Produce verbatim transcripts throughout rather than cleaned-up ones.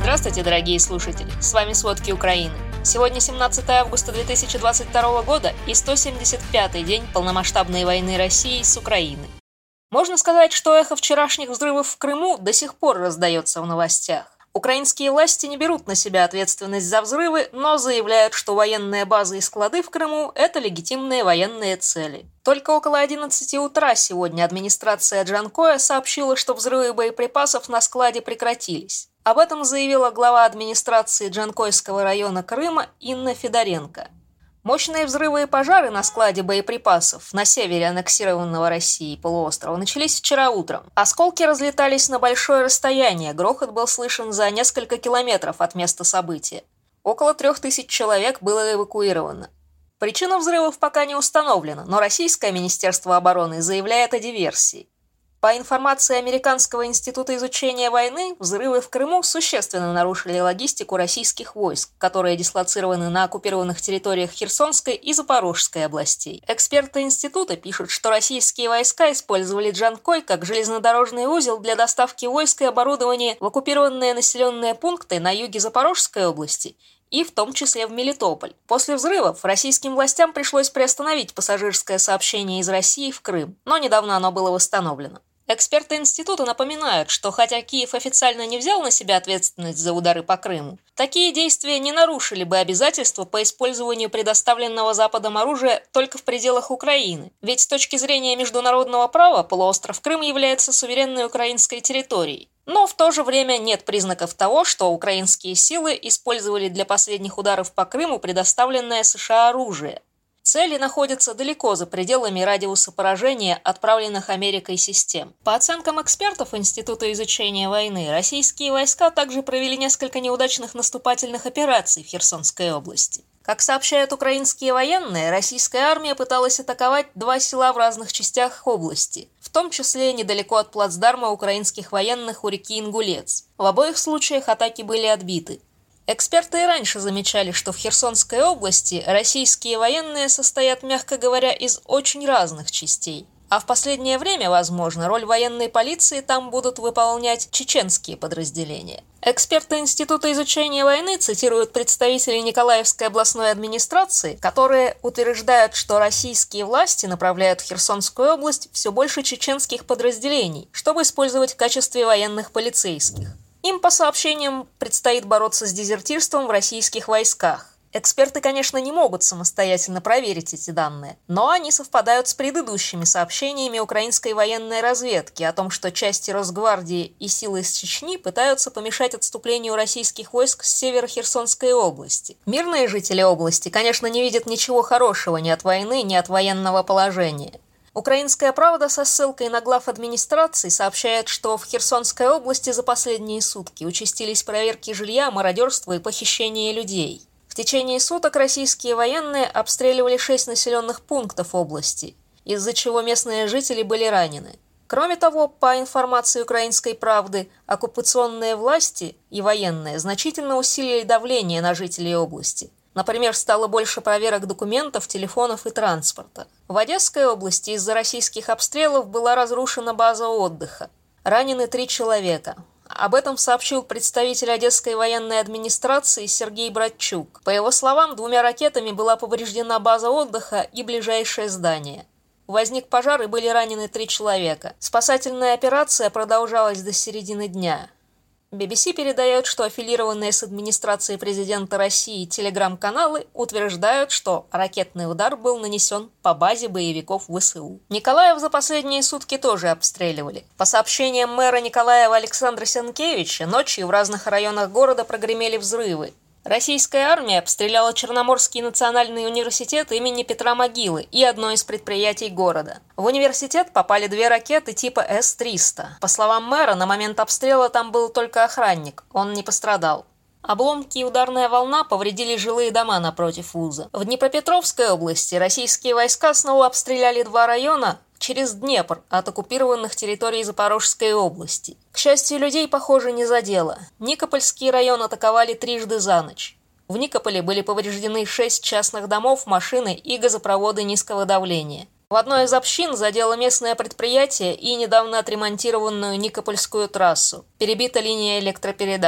Здравствуйте, дорогие слушатели! С вами «Сводки Украины». Сегодня семнадцатое августа две тысячи двадцать второго года и сто семьдесят пятый день полномасштабной войны России с Украиной. Можно сказать, что эхо вчерашних взрывов в Крыму до сих пор раздается в новостях. Украинские власти не берут на себя ответственность за взрывы, но заявляют, что военные базы и склады в Крыму – это легитимные военные цели. Только около одиннадцати утра сегодня администрация Джанкоя сообщила, что взрывы боеприпасов на складе прекратились. Об этом заявила глава администрации Джанкойского района Крыма Инна Федоренко. Мощные взрывы и пожары на складе боеприпасов на севере аннексированного Россией полуострова начались вчера утром. Осколки разлетались на большое расстояние, грохот был слышен за несколько километров от места события. Около трех тысяч человек было эвакуировано. Причина взрывов пока не установлена, но российское Министерство обороны заявляет о диверсии. По информации Американского института изучения войны, взрывы в Крыму существенно нарушили логистику российских войск, которые дислоцированы на оккупированных территориях Херсонской и Запорожской областей. Эксперты института пишут, что российские войска использовали Джанкой как железнодорожный узел для доставки войск и оборудования в оккупированные населенные пункты на юге Запорожской области и в том числе в Мелитополь. После взрывов российским властям пришлось приостановить пассажирское сообщение из России в Крым, но недавно оно было восстановлено. Эксперты института напоминают, что хотя Киев официально не взял на себя ответственность за удары по Крыму, такие действия не нарушили бы обязательства по использованию предоставленного Западом оружия только в пределах Украины. Ведь с точки зрения международного права полуостров Крым является суверенной украинской территорией. Но в то же время нет признаков того, что украинские силы использовали для последних ударов по Крыму предоставленное США оружие. Цели находятся далеко за пределами радиуса поражения отправленных Америкой систем. По оценкам экспертов Института изучения войны, российские войска также провели несколько неудачных наступательных операций в Херсонской области. Как сообщают украинские военные, российская армия пыталась атаковать два села в разных частях области, в том числе недалеко от плацдарма украинских военных у реки Ингулец. В обоих случаях атаки были отбиты. Эксперты и раньше замечали, что в Херсонской области российские военные состоят, мягко говоря, из очень разных частей. А в последнее время, возможно, роль военной полиции там будут выполнять чеченские подразделения. Эксперты Института изучения войны цитируют представителей Николаевской областной администрации, которые утверждают, что российские власти направляют в Херсонскую область все больше чеченских подразделений, чтобы использовать в качестве военных полицейских. Им, по сообщениям, предстоит бороться с дезертирством в российских войсках. Эксперты, конечно, не могут самостоятельно проверить эти данные, но они совпадают с предыдущими сообщениями украинской военной разведки о том, что части Росгвардии и силы из Чечни пытаются помешать отступлению российских войск с севера Херсонской области. Мирные жители области, конечно, не видят ничего хорошего ни от войны, ни от военного положения. Украинская правда со ссылкой на глав администрации сообщает, что в Херсонской области за последние сутки участились проверки жилья, мародерство и похищение людей. В течение суток российские военные обстреливали шесть населенных пунктов области, из-за чего местные жители были ранены. Кроме того, по информации украинской правды, оккупационные власти и военные значительно усилили давление на жителей области. Например, стало больше проверок документов, телефонов и транспорта. В Одесской области из-за российских обстрелов была разрушена база отдыха. Ранены три человека. Об этом сообщил представитель Одесской военной администрации Сергей Братчук. По его словам, двумя ракетами была повреждена база отдыха и ближайшее здание. Возник пожар и были ранены три человека. Спасательная операция продолжалась до середины дня. би би си передает, что аффилированные с администрацией президента России телеграм-каналы утверждают, что ракетный удар был нанесен по базе боевиков ВСУ. Николаев за последние сутки тоже обстреливали. По сообщениям мэра Николаева Александра Сенкевича, ночью в разных районах города прогремели взрывы. Российская армия обстреляла Черноморский национальный университет имени Петра Могилы и одно из предприятий города. В университет попали две ракеты типа эс триста. По словам мэра, на момент обстрела там был только охранник, он не пострадал. Обломки и ударная волна повредили жилые дома напротив вуза. В Днепропетровской области российские войска снова обстреляли два района через Днепр от оккупированных территорий Запорожской области. К счастью, людей, похоже, не задело. Никопольский район атаковали трижды за ночь. В Никополе были повреждены шесть частных домов, машины и газопроводы низкого давления. В одной из общин задело местное предприятие и недавно отремонтированную Никопольскую трассу. Перебита линия электропередач.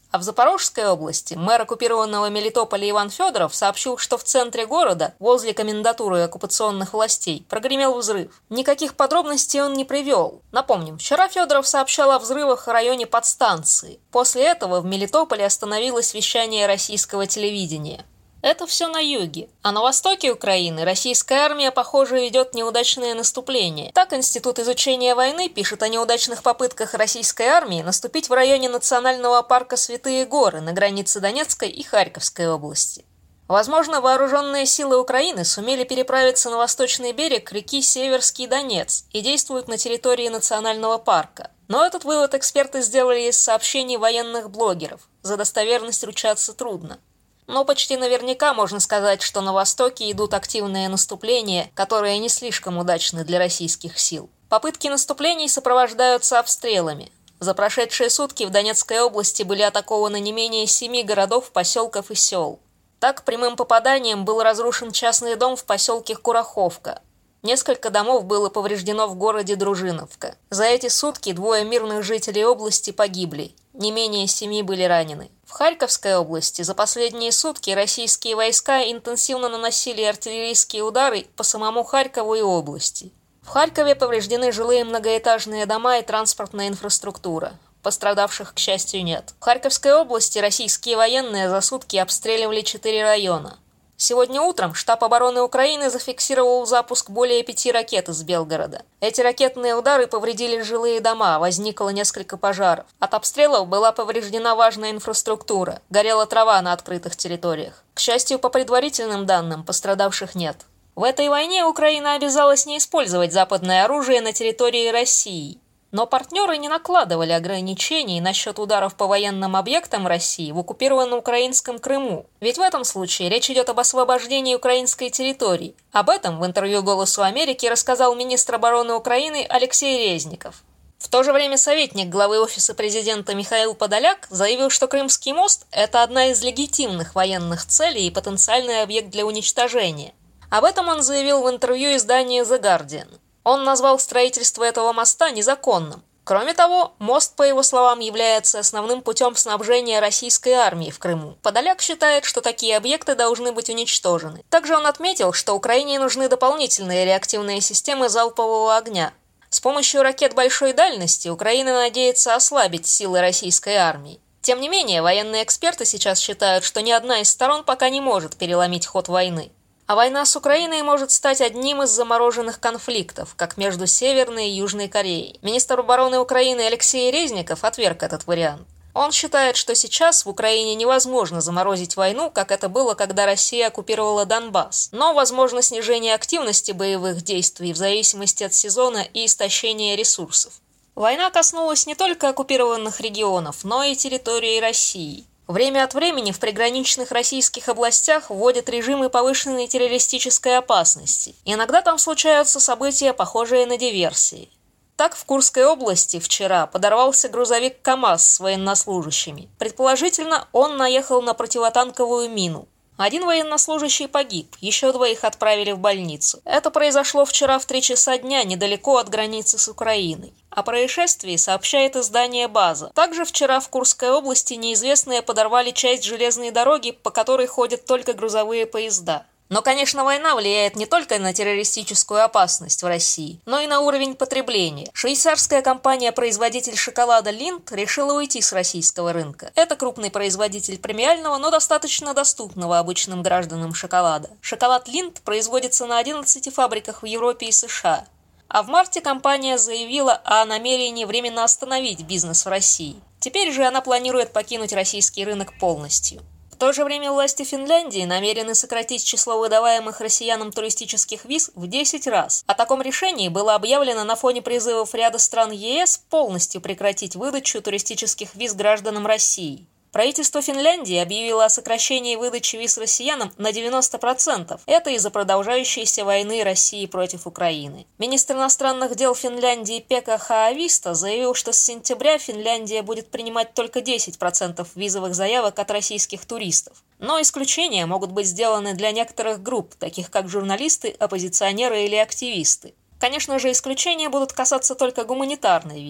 А в Запорожской области мэр оккупированного Мелитополя Иван Федоров сообщил, что в центре города, возле комендатуры оккупационных властей, прогремел взрыв. Никаких подробностей он не привел. Напомним, вчера Федоров сообщал о взрывах в районе подстанции. После этого в Мелитополе остановилось вещание российского телевидения. Это все на юге. А на востоке Украины российская армия, похоже, ведет неудачное наступление. Так Институт изучения войны пишет о неудачных попытках российской армии наступить в районе национального парка Святые Горы на границе Донецкой и Харьковской области. Возможно, вооруженные силы Украины сумели переправиться на восточный берег реки Северский Донец и действуют на территории национального парка. Но этот вывод эксперты сделали из сообщений военных блогеров. За достоверность ручаться трудно. Но почти наверняка можно сказать, что на востоке идут активные наступления, которые не слишком удачны для российских сил. Попытки наступлений сопровождаются обстрелами. За прошедшие сутки в Донецкой области были атакованы не менее семи городов, поселков и сел. Так, прямым попаданием был разрушен частный дом в поселке Кураховка. Несколько домов было повреждено в городе Дружиновка. За эти сутки двое мирных жителей области погибли, не менее семи были ранены. В Харьковской области за последние сутки российские войска интенсивно наносили артиллерийские удары по самому Харькову и области. В Харькове повреждены жилые многоэтажные дома и транспортная инфраструктура. Пострадавших, к счастью, нет. В Харьковской области российские военные за сутки обстреливали четыре района. Сегодня утром штаб обороны Украины зафиксировал запуск более пяти ракет из Белгорода. Эти ракетные удары повредили жилые дома, возникло несколько пожаров. От обстрелов была повреждена важная инфраструктура, горела трава на открытых территориях. К счастью, по предварительным данным, пострадавших нет. В этой войне Украина обязалась не использовать западное оружие на территории России. Но партнеры не накладывали ограничений насчет ударов по военным объектам России в оккупированном украинском Крыму. Ведь в этом случае речь идет об освобождении украинской территории. Об этом в интервью «Голосу Америки» рассказал министр обороны Украины Алексей Резников. В то же время советник главы Офиса президента Михаил Подоляк заявил, что Крымский мост – это одна из легитимных военных целей и потенциальный объект для уничтожения. Об этом он заявил в интервью изданию The Guardian. Он назвал строительство этого моста незаконным. Кроме того, мост, по его словам, является основным путем снабжения российской армии в Крыму. Подоляк считает, что такие объекты должны быть уничтожены. Также он отметил, что Украине нужны дополнительные реактивные системы залпового огня. С помощью ракет большой дальности Украина надеется ослабить силы российской армии. Тем не менее, военные эксперты сейчас считают, что ни одна из сторон пока не может переломить ход войны. А война с Украиной может стать одним из замороженных конфликтов, как между Северной и Южной Кореей. Министр обороны Украины Алексей Резников отверг этот вариант. Он считает, что сейчас в Украине невозможно заморозить войну, как это было, когда Россия оккупировала Донбасс, но возможно снижение активности боевых действий в зависимости от сезона и истощения ресурсов. Война коснулась не только оккупированных регионов, но и территории России. Время от времени в приграничных российских областях вводят режимы повышенной террористической опасности. Иногда там случаются события, похожие на диверсии. Так, в Курской области вчера подорвался грузовик КАМАЗ с военнослужащими. Предположительно, он наехал на противотанковую мину. Один военнослужащий погиб, еще двоих отправили в больницу. Это произошло вчера в три часа дня, недалеко от границы с Украиной. О происшествии сообщает издание «База». Также вчера в Курской области неизвестные подорвали часть железной дороги, по которой ходят только грузовые поезда. Но, конечно, война влияет не только на террористическую опасность в России, но и на уровень потребления. Швейцарская компания-производитель шоколада Lindt решила уйти с российского рынка. Это крупный производитель премиального, но достаточно доступного обычным гражданам шоколада. Шоколад Lindt производится на одиннадцати фабриках в Европе и США. А в марте компания заявила о намерении временно остановить бизнес в России. Теперь же она планирует покинуть российский рынок полностью. В то же время власти Финляндии намерены сократить число выдаваемых россиянам туристических виз в десять раз. О таком решении было объявлено на фоне призывов ряда стран ЕС полностью прекратить выдачу туристических виз гражданам России. Правительство Финляндии объявило о сокращении выдачи виз россиянам на девяносто процентов. Это из-за продолжающейся войны России против Украины. Министр иностранных дел Финляндии Пекка Хаависта заявил, что с сентября Финляндия будет принимать только десять процентов визовых заявок от российских туристов. Но исключения могут быть сделаны для некоторых групп, таких как журналисты, оппозиционеры или активисты. Конечно же, исключения будут касаться только гуманитарной визы.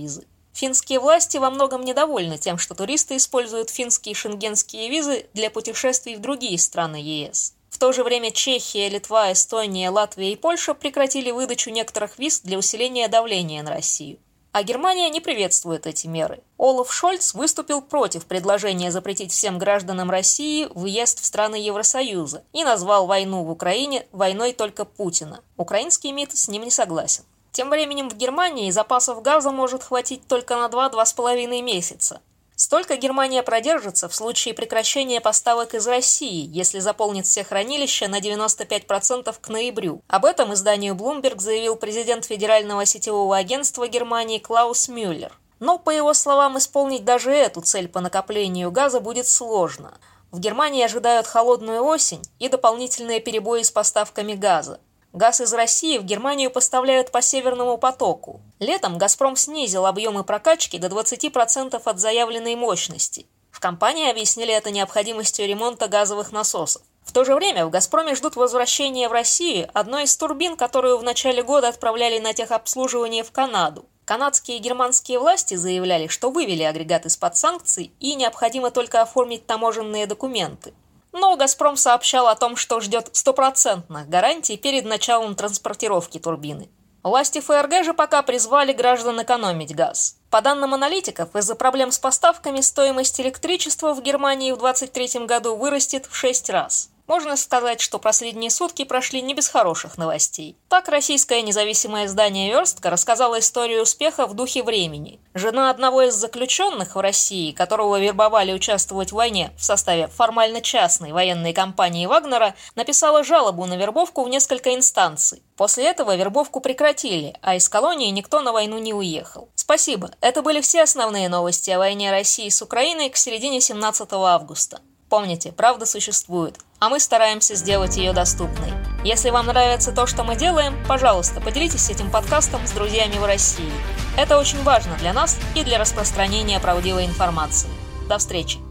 Финские власти во многом недовольны тем, что туристы используют финские шенгенские визы для путешествий в другие страны ЕС. В то же время Чехия, Литва, Эстония, Латвия и Польша прекратили выдачу некоторых виз для усиления давления на Россию. А Германия не приветствует эти меры. Олаф Шольц выступил против предложения запретить всем гражданам России въезд в страны Евросоюза и назвал войну в Украине войной только Путина. Украинский МИД с ним не согласен. Тем временем в Германии запасов газа может хватить только на два-два с половиной месяца. Столько Германия продержится в случае прекращения поставок из России, если заполнит все хранилища на девяносто пять процентов к ноябрю. Об этом изданию Bloomberg заявил президент Федерального сетевого агентства Германии Клаус Мюллер. Но, по его словам, исполнить даже эту цель по накоплению газа будет сложно. В Германии ожидают холодную осень и дополнительные перебои с поставками газа. Газ из России в Германию поставляют по Северному потоку. Летом «Газпром» снизил объемы прокачки до двадцати процентов от заявленной мощности. В компании объяснили это необходимостью ремонта газовых насосов. В то же время в «Газпроме» ждут возвращения в Россию одной из турбин, которую в начале года отправляли на техобслуживание в Канаду. Канадские и германские власти заявляли, что вывели агрегат из-под санкций и необходимо только оформить таможенные документы. Но «Газпром» сообщал о том, что ждет стопроцентных гарантий перед началом транспортировки турбины. Власти ФРГ же пока призвали граждан экономить газ. По данным аналитиков, из-за проблем с поставками стоимость электричества в Германии в две тысячи двадцать третьем году вырастет в шесть раз. Можно сказать, что последние сутки прошли не без хороших новостей. Так, российское независимое издание «Верстка» рассказало историю успеха в духе времени. Жена одного из заключенных в России, которого вербовали участвовать в войне в составе формально частной военной компании «Вагнера», написала жалобу на вербовку в несколько инстанций. После этого вербовку прекратили, а из колонии никто на войну не уехал. Спасибо. Это были все основные новости о войне России с Украиной к середине семнадцатого августа. Помните, правда существует, а мы стараемся сделать ее доступной. Если вам нравится то, что мы делаем, пожалуйста, поделитесь этим подкастом с друзьями в России. Это очень важно для нас и для распространения правдивой информации. До встречи!